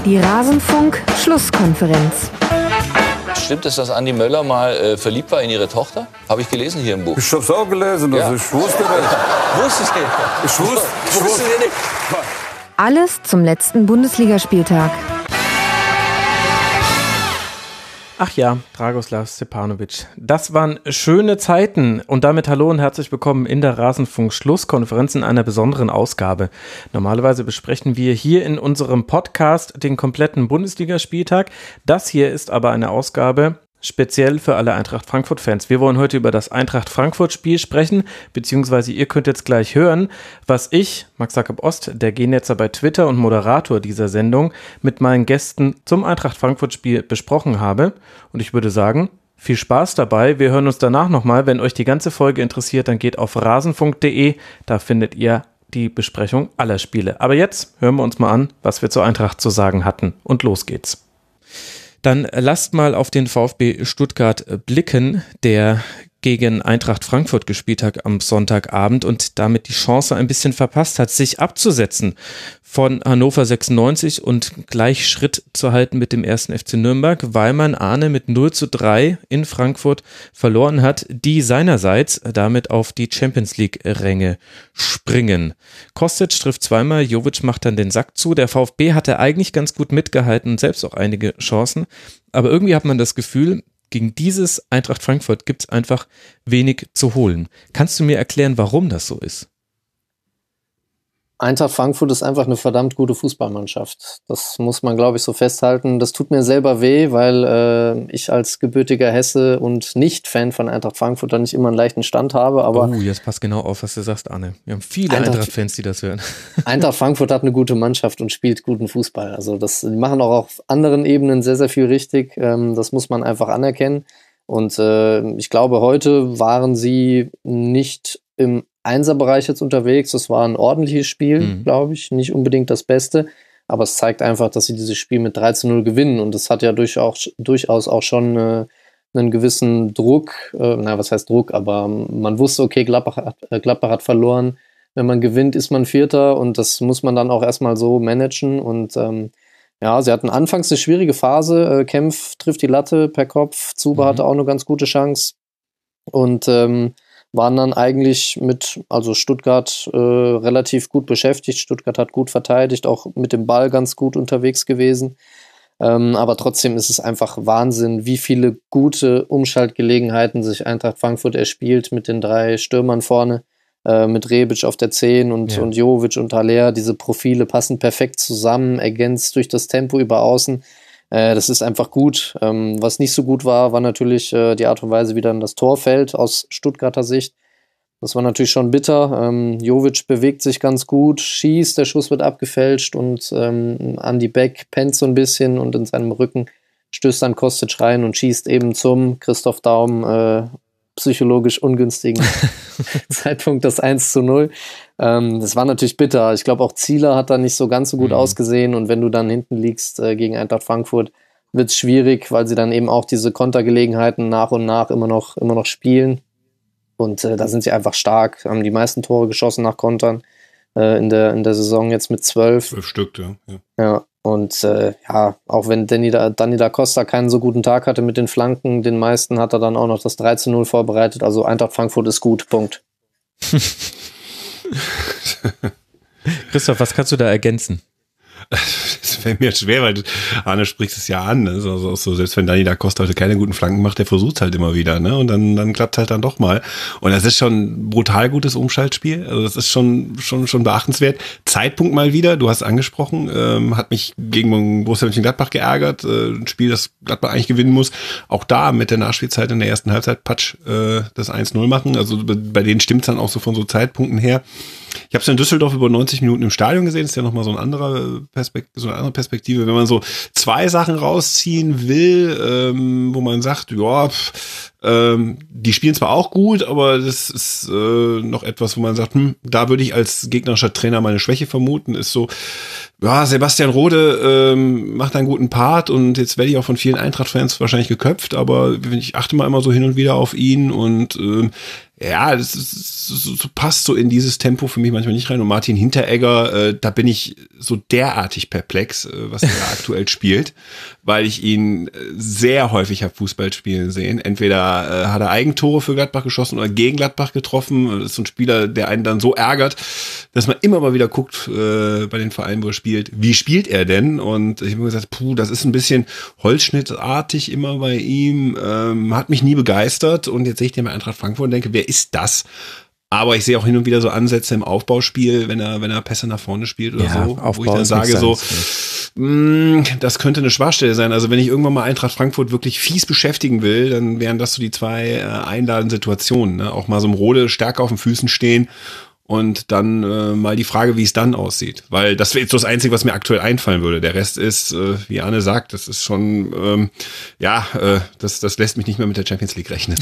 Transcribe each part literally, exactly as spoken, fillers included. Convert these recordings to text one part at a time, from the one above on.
Die Rasenfunk-Schlusskonferenz. Stimmt es, dass Andi Möller mal äh, verliebt war in ihre Tochter? Habe ich gelesen hier im Buch. Ich habe es auch gelesen, also ja. Ich wusste das. Wusstest du? Ich wusste, ich wusste wusste. nicht. Alles zum letzten Bundesligaspieltag. Ach ja, Dragoslav Stepanovic. Das waren schöne Zeiten. Und damit hallo und herzlich willkommen in der Rasenfunk-Schlusskonferenz in einer besonderen Ausgabe. Normalerweise besprechen wir hier in unserem Podcast den kompletten Bundesligaspieltag. Das hier ist aber eine Ausgabe speziell für alle Eintracht Frankfurt-Fans. Wir wollen heute über das Eintracht-Frankfurt-Spiel sprechen, beziehungsweise ihr könnt jetzt gleich hören, was ich, Max Jakob Ost, der G-Netzer bei Twitter und Moderator dieser Sendung, mit meinen Gästen zum Eintracht-Frankfurt-Spiel besprochen habe. Und ich würde sagen, viel Spaß dabei. Wir hören uns danach nochmal. Wenn euch die ganze Folge interessiert, dann geht auf rasenfunk punkt de. Da findet ihr die Besprechung aller Spiele. Aber jetzt hören wir uns mal an, was wir zur Eintracht zu sagen hatten. Und los geht's. Dann lasst mal auf den VfB Stuttgart blicken, der gegen Eintracht Frankfurt gespielt hat am Sonntagabend und damit die Chance ein bisschen verpasst hat, sich abzusetzen von Hannover sechsundneunzig und gleich Schritt zu halten mit dem ersten F C Nürnberg, weil man Ahne mit null zu drei in Frankfurt verloren hat, die seinerseits damit auf die Champions-League-Ränge springen. Kostic trifft zweimal, Jovic macht dann den Sack zu. Der VfB hatte eigentlich ganz gut mitgehalten und selbst auch einige Chancen, aber irgendwie hat man das Gefühl, gegen dieses Eintracht Frankfurt gibt es einfach wenig zu holen. Kannst du mir erklären, warum das so ist? Eintracht Frankfurt ist einfach eine verdammt gute Fußballmannschaft. Das muss man, glaube ich, so festhalten. Das tut mir selber weh, weil äh, ich als gebürtiger Hesse und Nicht-Fan von Eintracht Frankfurt da nicht immer einen leichten Stand habe. Aber oh, jetzt passt genau auf, was du sagst, Arne. Wir haben viele Eintracht- Eintracht-Fans, die das hören. Eintracht Frankfurt hat eine gute Mannschaft und spielt guten Fußball. Also das, die machen auch auf anderen Ebenen sehr, sehr viel richtig. Ähm, das muss man einfach anerkennen. Und äh, ich glaube, heute waren sie nicht im Einserbereich jetzt unterwegs. Das war ein ordentliches Spiel, mhm. glaube ich. Nicht unbedingt das Beste, aber es zeigt einfach, dass sie dieses Spiel mit drei zu null gewinnen und das hat ja durchaus, durchaus auch schon äh, einen gewissen Druck, äh, na, was heißt Druck, aber man wusste, okay, Gladbach hat, äh, Gladbach hat verloren. Wenn man gewinnt, ist man Vierter und das muss man dann auch erstmal so managen und ähm, ja, sie hatten anfangs eine schwierige Phase. Äh, Kempf trifft die Latte per Kopf, Zuba mhm. hatte auch eine ganz gute Chance und ähm, waren dann eigentlich mit, also Stuttgart äh, relativ gut beschäftigt. Stuttgart hat gut verteidigt, auch mit dem Ball ganz gut unterwegs gewesen. Ähm, aber trotzdem ist es einfach Wahnsinn, wie viele gute Umschaltgelegenheiten sich Eintracht Frankfurt erspielt mit den drei Stürmern vorne, äh, mit Rebic auf der zehn und, ja. und Jovic und Haller. Diese Profile passen perfekt zusammen, ergänzt durch das Tempo über außen. Das ist einfach gut. Was nicht so gut war, war natürlich die Art und Weise, wie dann das Tor fällt aus Stuttgarter Sicht. Das war natürlich schon bitter. Jovic bewegt sich ganz gut, schießt, der Schuss wird abgefälscht und Andi Beck pennt so ein bisschen und in seinem Rücken stößt dann Kostic rein und schießt eben zum Christoph Daum äh, psychologisch ungünstigen Zeitpunkt das eins zu null. Ähm, das war natürlich bitter. Ich glaube, auch Zieler hat da nicht so ganz so gut mhm. ausgesehen. Und wenn du dann hinten liegst äh, gegen Eintracht Frankfurt, wird es schwierig, weil sie dann eben auch diese Kontergelegenheiten nach und nach immer noch, immer noch spielen. Und äh, da sind sie einfach stark. Haben die meisten Tore geschossen nach Kontern äh, in der, in der Saison jetzt mit zwölf. Zwölf Stück, ja. Ja, ja. Und äh, ja, auch wenn Danny da, Danny da Costa keinen so guten Tag hatte mit den Flanken, den meisten hat er dann auch noch das drei zu null vorbereitet. Also Eintracht Frankfurt ist gut, Punkt. Christoph, was kannst du da ergänzen? Das fällt mir jetzt schwer, weil Arne spricht es ja an. Ne? Also so, selbst wenn Danny da Costa heute keine guten Flanken macht, der versucht es halt immer wieder. Ne? Und dann, dann klappt es halt dann doch mal. Und das ist schon ein brutal gutes Umschaltspiel. Also das ist schon, schon, schon beachtenswert. Zeitpunkt mal wieder, du hast angesprochen, ähm, hat mich gegen Borussia Mönchengladbach geärgert. Äh, ein Spiel, das Gladbach eigentlich gewinnen muss. Auch da mit der Nachspielzeit in der ersten Halbzeit Patsch äh, das eins null machen. Also bei, bei denen stimmt es dann auch so von so Zeitpunkten her. Ich habe es in Düsseldorf über neunzig Minuten im Stadion gesehen. Das ist ja nochmal so ein anderer Perspekt- so eine andere Perspektive. Wenn man so zwei Sachen rausziehen will, ähm, wo man sagt, ja, pff, Ähm, die spielen zwar auch gut, aber das ist äh, noch etwas, wo man sagt, hm, da würde ich als gegnerischer Trainer meine Schwäche vermuten, ist so, ja, Sebastian Rode ähm, macht einen guten Part und jetzt werde ich auch von vielen Eintracht-Fans wahrscheinlich geköpft, aber ich achte mal immer so hin und wieder auf ihn und ähm, ja, das, ist, so, so passt so in dieses Tempo für mich manchmal nicht rein. Und Martin Hinteregger, äh, da bin ich so derartig perplex, äh, was er da aktuell spielt, weil ich ihn sehr häufig habe Fußball spielen sehen. Entweder äh, hat er Eigentore für Gladbach geschossen oder gegen Gladbach getroffen. Das ist so ein Spieler, der einen dann so ärgert, dass man immer mal wieder guckt äh, bei den Vereinen, wo er spielt, wie spielt er denn? Und ich habe mir gesagt, puh, das ist ein bisschen holzschnittartig immer bei ihm, ähm, hat mich nie begeistert. Und jetzt sehe ich den bei Eintracht Frankfurt und denke, wer ist das? Aber ich sehe auch hin und wieder so Ansätze im Aufbauspiel, wenn er, wenn er Pässe nach vorne spielt oder ja, so, Aufbau wo ich dann sage so, mh, das könnte eine Schwachstelle sein. Also wenn ich irgendwann mal Eintracht Frankfurt wirklich fies beschäftigen will, dann wären das so die zwei äh, einladenden Situationen. Ne? Auch mal so im Rode stärker auf den Füßen stehen und dann äh, mal die Frage, wie es dann aussieht. Weil das wäre jetzt so das Einzige, was mir aktuell einfallen würde. Der Rest ist, äh, wie Arne sagt, das ist schon, ähm, ja, äh, das, das lässt mich nicht mehr mit der Champions League rechnen.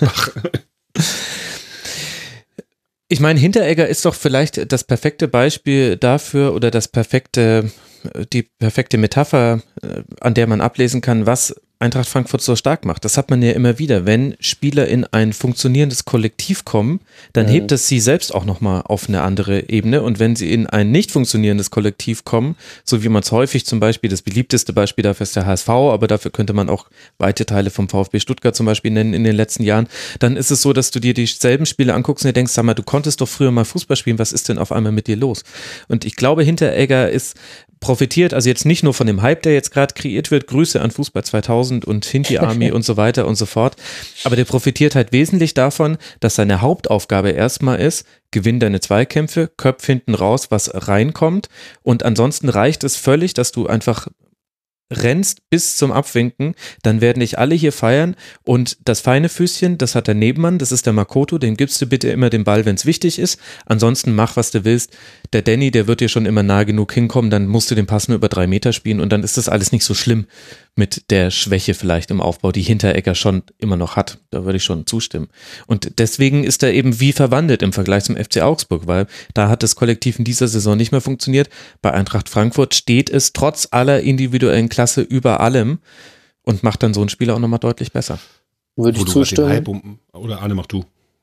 Ich meine, Hinteregger ist doch vielleicht das perfekte Beispiel dafür oder das perfekte, die perfekte Metapher, an der man ablesen kann, was Eintracht Frankfurt so stark macht. Das hat man ja immer wieder. Wenn Spieler in ein funktionierendes Kollektiv kommen, dann mhm. hebt es sie selbst auch nochmal auf eine andere Ebene. Und wenn sie in ein nicht funktionierendes Kollektiv kommen, so wie man es häufig zum Beispiel, das beliebteste Beispiel dafür ist der H S V, aber dafür könnte man auch weite Teile vom VfB Stuttgart zum Beispiel nennen in den letzten Jahren, dann ist es so, dass du dir dieselben Spiele anguckst und dir denkst, sag mal, du konntest doch früher mal Fußball spielen, was ist denn auf einmal mit dir los? Und ich glaube, Hinteregger ist profitiert, also jetzt nicht nur von dem Hype, der jetzt gerade kreiert wird, Grüße an Fußball zweitausend und Hinti Army und so weiter und so fort, aber der profitiert halt wesentlich davon, dass seine Hauptaufgabe erstmal ist, gewinn deine Zweikämpfe, köpf hinten raus, was reinkommt und ansonsten reicht es völlig, dass du einfach rennst bis zum Abwinken, dann werden dich alle hier feiern und das feine Füßchen, das hat der Nebenmann, das ist der Makoto, dem gibst du bitte immer den Ball, wenn es wichtig ist, ansonsten mach, was du willst. Der Danny, der wird dir schon immer nah genug hinkommen, dann musst du den Pass nur über drei Meter spielen und dann ist das alles nicht so schlimm mit der Schwäche vielleicht im Aufbau, die Hinteregger schon immer noch hat, da würde ich schon zustimmen. Und deswegen ist er eben wie verwandelt im Vergleich zum F C Augsburg, weil da hat das Kollektiv in dieser Saison nicht mehr funktioniert. Bei Eintracht Frankfurt steht es trotz aller individuellen Klasse über allem und macht dann so ein Spiel auch nochmal deutlich besser. Würde ich zustimmen. Oder Arne, mach du.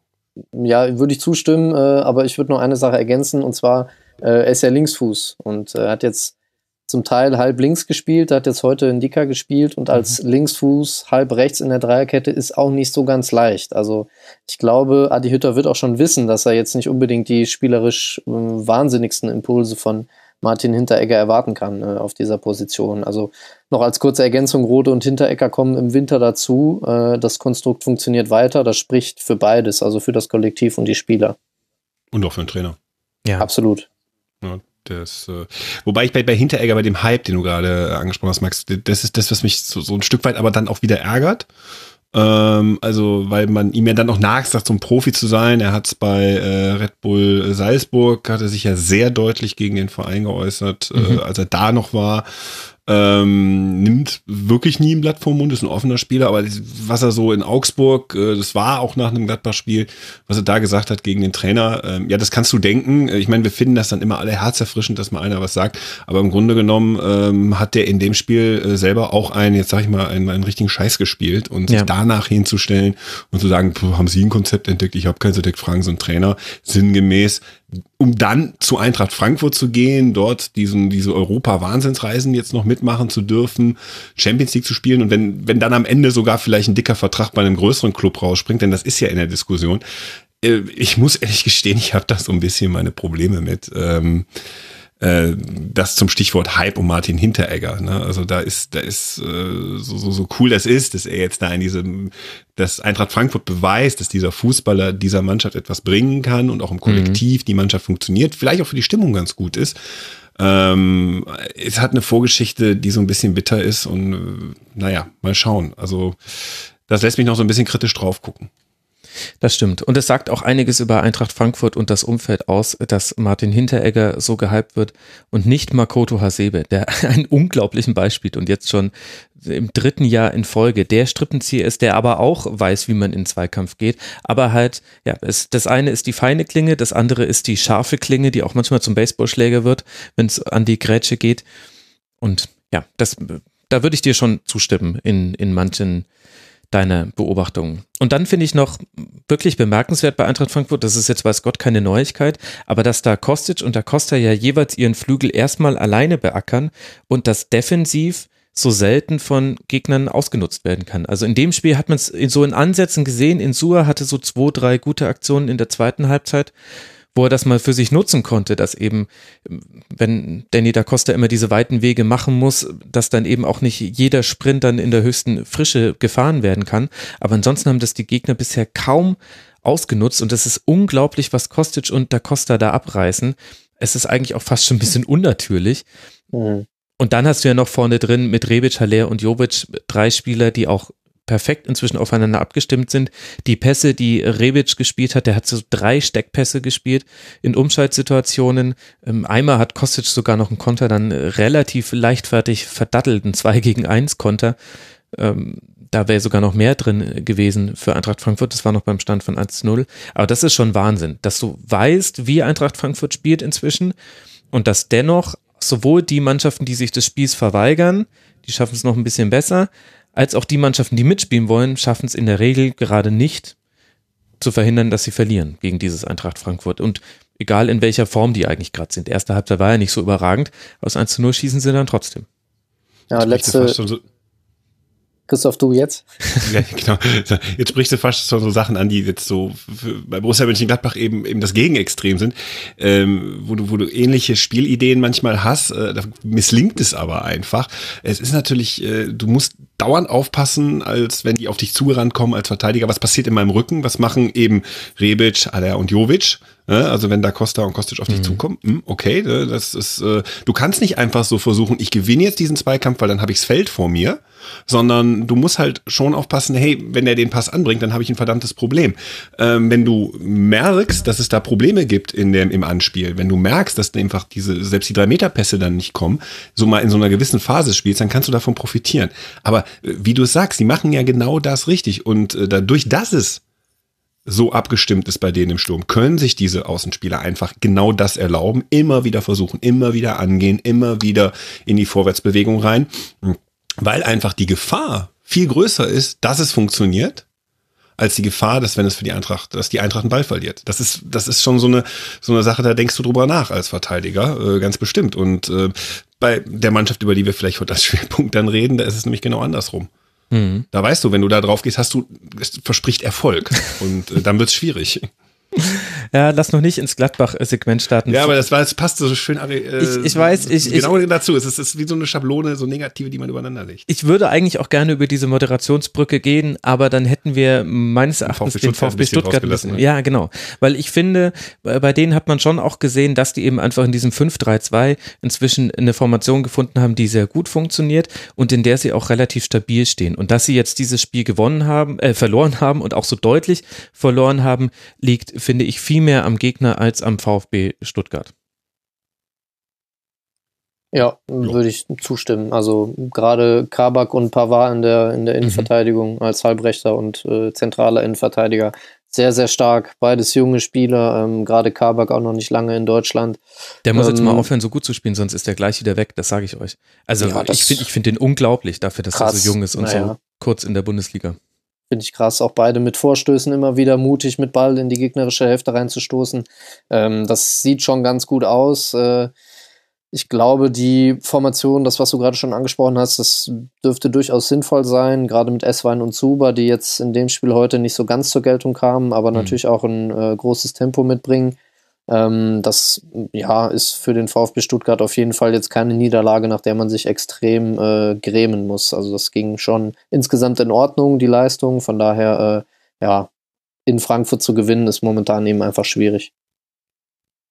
Ja, würde ich zustimmen, äh, aber ich würde noch eine Sache ergänzen und zwar, äh, er ist ja Linksfuß und äh, hat jetzt zum Teil halb links gespielt, hat jetzt heute in Dicker gespielt und als mhm. Linksfuß halb rechts in der Dreierkette ist auch nicht so ganz leicht. Also ich glaube, Adi Hütter wird auch schon wissen, dass er jetzt nicht unbedingt die spielerisch äh, wahnsinnigsten Impulse von Martin Hinteregger erwarten kann äh, auf dieser Position. Also noch als kurze Ergänzung, Rode und Hinteregger kommen im Winter dazu. Äh, das Konstrukt funktioniert weiter. Das spricht für beides, also für das Kollektiv und die Spieler. Und auch für den Trainer. Ja. Absolut. Ja, das, äh, wobei ich bei, bei Hinteregger, bei dem Hype, den du gerade äh, angesprochen hast, Max, das ist das, was mich so, so ein Stück weit aber dann auch wieder ärgert. Ähm, also, weil man ihm ja dann auch nachsagt, so ein Profi zu sein. Er hat es bei äh, Red Bull Salzburg, hat er sich ja sehr deutlich gegen den Verein geäußert, mhm. äh, als er da noch war. Ähm, nimmt wirklich nie ein Blatt vom Mund, ist ein offener Spieler, aber was er so in Augsburg, äh, das war auch nach einem Gladbach-Spiel, was er da gesagt hat gegen den Trainer, ähm, ja, das kannst du denken. Ich meine, wir finden das dann immer alle herzerfrischend, dass mal einer was sagt, aber im Grunde genommen ähm, hat der in dem Spiel äh, selber auch einen, jetzt sag ich mal, einen, einen richtigen Scheiß gespielt und sich ja. danach hinzustellen und zu sagen, haben Sie ein Konzept entdeckt, ich habe keins entdeckt, fragen Sie einen Trainer, sinngemäß, um dann zu Eintracht Frankfurt zu gehen, dort diesen diese Europa-Wahnsinnsreisen jetzt noch mitmachen zu dürfen, Champions League zu spielen und wenn wenn dann am Ende sogar vielleicht ein dicker Vertrag bei einem größeren Club rausspringt, denn das ist ja in der Diskussion. Ich muss ehrlich gestehen, ich habe da so ein bisschen meine Probleme mit. Ähm, das zum Stichwort Hype um Martin Hinteregger. Ne? Also da ist, da ist äh, so, so, so cool das ist, dass er jetzt da in diesem, dass Eintracht Frankfurt beweist, dass dieser Fußballer dieser Mannschaft etwas bringen kann und auch im Kollektiv mhm. die Mannschaft funktioniert, vielleicht auch für die Stimmung ganz gut ist. Ähm, es hat eine Vorgeschichte, die so ein bisschen bitter ist und äh, naja, mal schauen. Also das lässt mich noch so ein bisschen kritisch drauf gucken. Das stimmt. Und es sagt auch einiges über Eintracht Frankfurt und das Umfeld aus, dass Martin Hinteregger so gehypt wird und nicht Makoto Hasebe, der einen unglaublichen Ball spielt und jetzt schon im dritten Jahr in Folge der Strippenzieher ist, der aber auch weiß, wie man in den Zweikampf geht. Aber halt, ja, es, das eine ist die feine Klinge, das andere ist die scharfe Klinge, die auch manchmal zum Baseballschläger wird, wenn es an die Grätsche geht. Und ja, das, da würde ich dir schon zustimmen in, in manchen deiner Beobachtungen. Und dann finde ich noch wirklich bemerkenswert bei Eintracht Frankfurt, das ist jetzt weiß Gott keine Neuigkeit, aber dass da Kostic und da Costa ja jeweils ihren Flügel erstmal alleine beackern und das defensiv so selten von Gegnern ausgenutzt werden kann. Also in dem Spiel hat man es so in Ansätzen gesehen, Insua hatte so zwei, drei gute Aktionen in der zweiten Halbzeit, wo er das mal für sich nutzen konnte, dass eben, wenn Danny da Costa immer diese weiten Wege machen muss, dass dann eben auch nicht jeder Sprint dann in der höchsten Frische gefahren werden kann. Aber ansonsten haben das die Gegner bisher kaum ausgenutzt und es ist unglaublich, was Kostic und da Costa da abreißen. Es ist eigentlich auch fast schon ein bisschen unnatürlich. Mhm. Und dann hast du ja noch vorne drin mit Rebic, Haller und Jovic drei Spieler, die auch perfekt inzwischen aufeinander abgestimmt sind. Die Pässe, die Rebic gespielt hat, der hat so drei Steckpässe gespielt in Umschaltsituationen. Ähm, einmal hat Kostic sogar noch einen Konter dann relativ leichtfertig verdattelt, einen zwei gegen eins Konter. Ähm, da wäre sogar noch mehr drin gewesen für Eintracht Frankfurt. Das war noch beim Stand von eins zu null. Aber das ist schon Wahnsinn, dass du weißt, wie Eintracht Frankfurt spielt inzwischen und dass dennoch sowohl die Mannschaften, die sich des Spiels verweigern, die schaffen es noch ein bisschen besser, als auch die Mannschaften, die mitspielen wollen, schaffen es in der Regel gerade nicht zu verhindern, dass sie verlieren gegen dieses Eintracht Frankfurt. Und egal in welcher Form die eigentlich gerade sind. Erste Halbzeit war ja nicht so überragend. Aus eins zu null schießen sie dann trotzdem. Ja, letzte... Christoph, du jetzt? Ja, genau. Jetzt sprichst du fast schon so Sachen an, die jetzt so für, bei Borussia Mönchengladbach eben eben das Gegenextrem sind, ähm, wo du wo du ähnliche Spielideen manchmal hast, äh, da misslingt es aber einfach. Es ist natürlich, äh, du musst dauernd aufpassen, als wenn die auf dich zugerannt kommen als Verteidiger. Was passiert in meinem Rücken? Was machen eben Rebic, Haller und Jovic? Also wenn da Costa und Kostic auf dich mhm. zukommen, okay, das ist, du kannst nicht einfach so versuchen, ich gewinne jetzt diesen Zweikampf, weil dann habe ich das Feld vor mir, sondern du musst halt schon aufpassen, hey, wenn er den Pass anbringt, dann habe ich ein verdammtes Problem. Ähm, wenn du merkst, dass es da Probleme gibt in dem, im Anspiel, wenn du merkst, dass einfach diese, selbst die drei Meter Pässe dann nicht kommen, so mal in so einer gewissen Phase spielst, dann kannst du davon profitieren. Aber wie du es sagst, die machen ja genau das richtig und äh, dadurch, dass es so abgestimmt ist bei denen im Sturm, können sich diese Außenspieler einfach genau das erlauben, immer wieder versuchen, immer wieder angehen, immer wieder in die Vorwärtsbewegung rein, weil einfach die Gefahr viel größer ist, dass es funktioniert, als die Gefahr, dass wenn es für die Eintracht, dass die Eintracht einen Ball verliert. Das ist, das ist schon so eine, so eine Sache, da denkst du drüber nach als Verteidiger, äh, ganz bestimmt. Und äh, bei der Mannschaft, über die wir vielleicht heute als Schwerpunkt dann reden, da ist es nämlich genau andersrum. Mhm. Da weißt du, wenn du da drauf gehst, hast du, es verspricht Erfolg und äh, dann wird's schwierig. Ja, lass noch nicht ins Gladbach-Segment starten. Ja, aber das war, das passt so schön. Äh, ich, ich weiß, ich, genau ich, dazu. Es ist, es ist wie so eine Schablone, so negative, die man übereinander legt. Ich würde eigentlich auch gerne über diese Moderationsbrücke gehen, aber dann hätten wir meines Erachtens den VfB Stuttgart ein bisschen, ja, genau. Weil ich finde, bei denen hat man schon auch gesehen, dass die eben einfach in diesem fünf drei zwei inzwischen eine Formation gefunden haben, die sehr gut funktioniert und in der sie auch relativ stabil stehen. Und dass sie jetzt dieses Spiel gewonnen haben, äh, verloren haben und auch so deutlich verloren haben, liegt, finde ich, viel mehr am Gegner als am VfB Stuttgart. Ja, würde ich zustimmen. Also gerade Kabak und Pavard in der, in der Innenverteidigung mhm. als Halbrechter und äh, zentraler Innenverteidiger sehr, sehr stark. Beides junge Spieler, ähm, gerade Kabak auch noch nicht lange in Deutschland. Der muss ähm, jetzt mal aufhören, so gut zu spielen, sonst ist der gleich wieder weg, das sage ich euch. Also ja, ich finde ich find den unglaublich dafür, dass krass. er so jung ist und naja. so kurz in der Bundesliga. Finde ich krass, auch beide mit Vorstößen immer wieder mutig mit Ball in die gegnerische Hälfte reinzustoßen. Ähm, das sieht schon ganz gut aus. Äh, ich glaube, die Formation, das, was du gerade schon angesprochen hast, das dürfte durchaus sinnvoll sein, gerade mit Esswein und Zuber, die jetzt in dem Spiel heute nicht so ganz zur Geltung kamen, aber mhm. natürlich auch ein äh, großes Tempo mitbringen. Ähm, das ja, ist für den VfB Stuttgart auf jeden Fall jetzt keine Niederlage, nach der man sich extrem äh, grämen muss. Also das ging schon insgesamt in Ordnung, die Leistung. Von daher, äh, ja, in Frankfurt zu gewinnen, ist momentan eben einfach schwierig.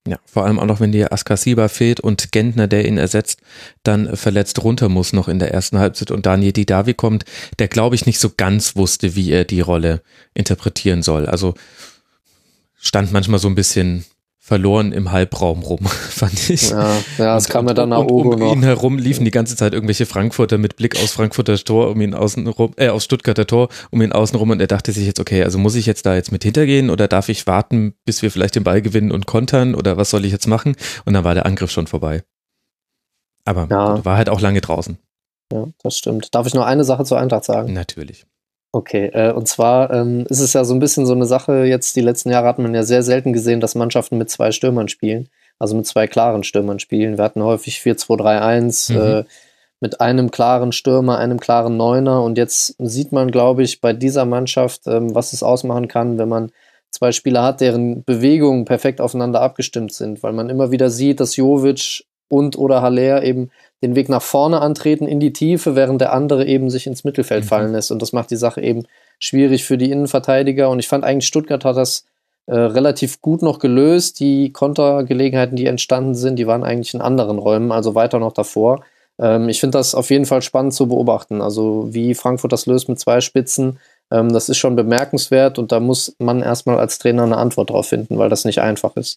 Ja, vor allem auch noch, wenn dir Askasiba fehlt und Gentner, der ihn ersetzt, dann verletzt runter muss noch in der ersten Halbzeit und Daniel Didavi kommt, der glaube ich nicht so ganz wusste, wie er die Rolle interpretieren soll. Also stand manchmal so ein bisschen verloren im Halbraum rum, fand ich. Ja, ja es kam ja dann nach oben. Ogo Um noch. ihn herum liefen die ganze Zeit irgendwelche Frankfurter mit Blick aufs Frankfurter Tor, um ihn außen rum, äh, aufs Stuttgarter Tor, um ihn außen rum und er dachte sich jetzt, okay, also muss ich jetzt da jetzt mit hintergehen oder darf ich warten, bis wir vielleicht den Ball gewinnen und kontern oder was soll ich jetzt machen? Und dann war der Angriff schon vorbei. Aber ja. war halt auch lange draußen. Ja, das stimmt. Darf ich noch eine Sache zur Eintracht sagen? Natürlich. Okay, äh, und zwar ähm, ist es ja so ein bisschen so eine Sache, jetzt die letzten Jahre hat man ja sehr selten gesehen, dass Mannschaften mit zwei Stürmern spielen, also mit zwei klaren Stürmern spielen. Wir hatten häufig vier zwei drei eins mhm. äh, mit einem klaren Stürmer, einem klaren Neuner und jetzt sieht man, glaube ich, bei dieser Mannschaft, ähm, was es ausmachen kann, wenn man zwei Spieler hat, deren Bewegungen perfekt aufeinander abgestimmt sind, weil man immer wieder sieht, dass Jovic und oder Haller eben den Weg nach vorne antreten in die Tiefe, während der andere eben sich ins Mittelfeld mhm. fallen lässt. Und das macht die Sache eben schwierig für die Innenverteidiger. Und ich fand eigentlich, Stuttgart hat das äh, relativ gut noch gelöst. Die Kontergelegenheiten, die entstanden sind, die waren eigentlich in anderen Räumen, also weiter noch davor. Ähm, ich finde das auf jeden Fall spannend zu beobachten. Also wie Frankfurt das löst mit zwei Spitzen, ähm, das ist schon bemerkenswert. Und da muss man erstmal als Trainer eine Antwort drauf finden, weil das nicht einfach ist.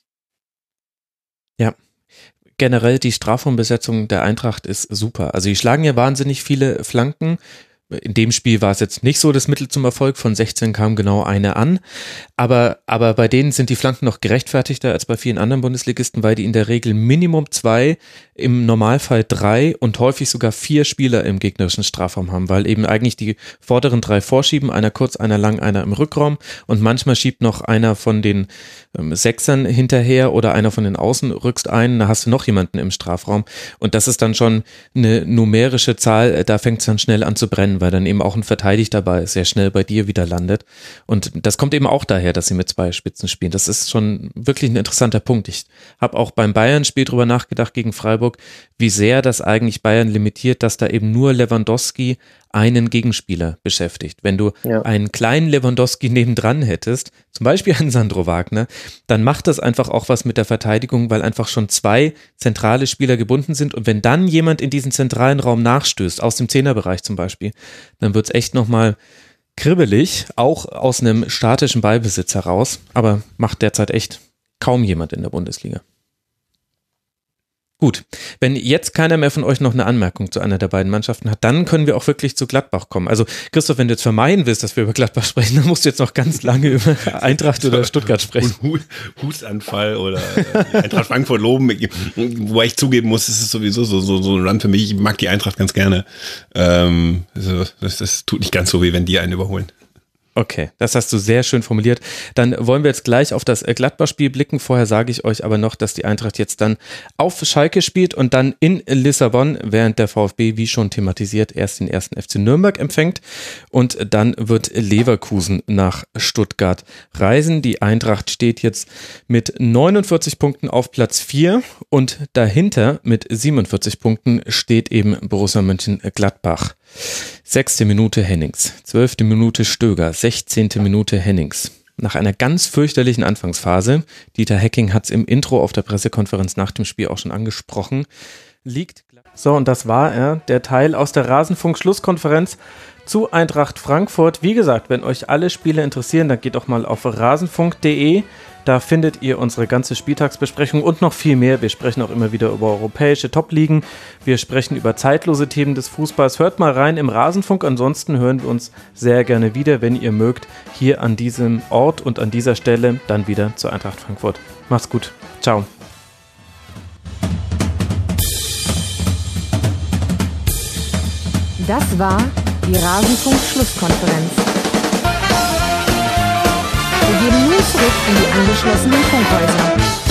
Ja. Generell die Strafraumbesetzung der Eintracht ist super. Also die schlagen ja wahnsinnig viele Flanken. In dem Spiel war es jetzt nicht so das Mittel zum Erfolg. Von sechzehn kam genau eine an. Aber, aber bei denen sind die Flanken noch gerechtfertigter als bei vielen anderen Bundesligisten, weil die in der Regel Minimum zwei, im Normalfall drei und häufig sogar vier Spieler im gegnerischen Strafraum haben, weil eben eigentlich die vorderen drei vorschieben, einer kurz, einer lang, einer im Rückraum und manchmal schiebt noch einer von den ähm, Sechsern hinterher oder einer von den Außen rückst ein, da hast du noch jemanden im Strafraum und das ist dann schon eine numerische Zahl, da fängt es dann schnell an zu brennen, weil dann eben auch ein Verteidigter dabei ist, sehr schnell bei dir wieder landet und das kommt eben auch daher, dass sie mit zwei Spitzen spielen. Das ist schon wirklich ein interessanter Punkt. Ich habe auch beim Bayern-Spiel drüber nachgedacht gegen Freiburg, wie sehr das eigentlich Bayern limitiert, dass da eben nur Lewandowski einen Gegenspieler beschäftigt. Wenn du ja. einen kleinen Lewandowski nebendran hättest, zum Beispiel einen Sandro Wagner, dann macht das einfach auch was mit der Verteidigung, weil einfach schon zwei zentrale Spieler gebunden sind und wenn dann jemand in diesen zentralen Raum nachstößt, aus dem Zehnerbereich zum Beispiel, dann wird es echt nochmal kribbelig, auch aus einem statischen Ballbesitz heraus, aber macht derzeit echt kaum jemand in der Bundesliga. Gut, wenn jetzt keiner mehr von euch noch eine Anmerkung zu einer der beiden Mannschaften hat, dann können wir auch wirklich zu Gladbach kommen. Also Christoph, wenn du jetzt vermeiden willst, dass wir über Gladbach sprechen, dann musst du jetzt noch ganz lange über Eintracht oder Stuttgart sprechen. Hustanfall oder Eintracht Frankfurt loben, wobei ich zugeben muss, es ist sowieso so, so, so ein Run für mich. Ich mag die Eintracht ganz gerne. Ähm, also das, das tut nicht ganz so weh, wenn die einen überholen. Okay, das hast du sehr schön formuliert. Dann wollen wir jetzt gleich auf das Gladbach-Spiel blicken. Vorher sage ich euch aber noch, dass die Eintracht jetzt dann auf Schalke spielt und dann in Lissabon, während der VfB, wie schon thematisiert, erst den ersten F C Nürnberg empfängt und dann wird Leverkusen nach Stuttgart reisen. Die Eintracht steht jetzt mit neunundvierzig Punkten auf Platz vier und dahinter mit siebenundvierzig Punkten steht eben Borussia Mönchengladbach. Sechste Minute Hennings, zwölfte Minute Stöger, sechzehnte Minute Hennings. Nach einer ganz fürchterlichen Anfangsphase, Dieter Hecking hat es im Intro auf der Pressekonferenz nach dem Spiel auch schon angesprochen, liegt... So, und das war er, der Teil aus der Rasenfunk-Schlusskonferenz zu Eintracht Frankfurt. Wie gesagt, wenn euch alle Spiele interessieren, dann geht doch mal auf rasenfunk punkt de. Da findet ihr unsere ganze Spieltagsbesprechung und noch viel mehr. Wir sprechen auch immer wieder über europäische Top-Ligen. Wir sprechen über zeitlose Themen des Fußballs. Hört mal rein im Rasenfunk. Ansonsten hören wir uns sehr gerne wieder, wenn ihr mögt, hier an diesem Ort und an dieser Stelle dann wieder zur Eintracht Frankfurt. Macht's gut. Ciao. Das war die Rasenfunk-Schlusskonferenz. Wir gehen nun zurück in die angeschlossenen Funkhäuser.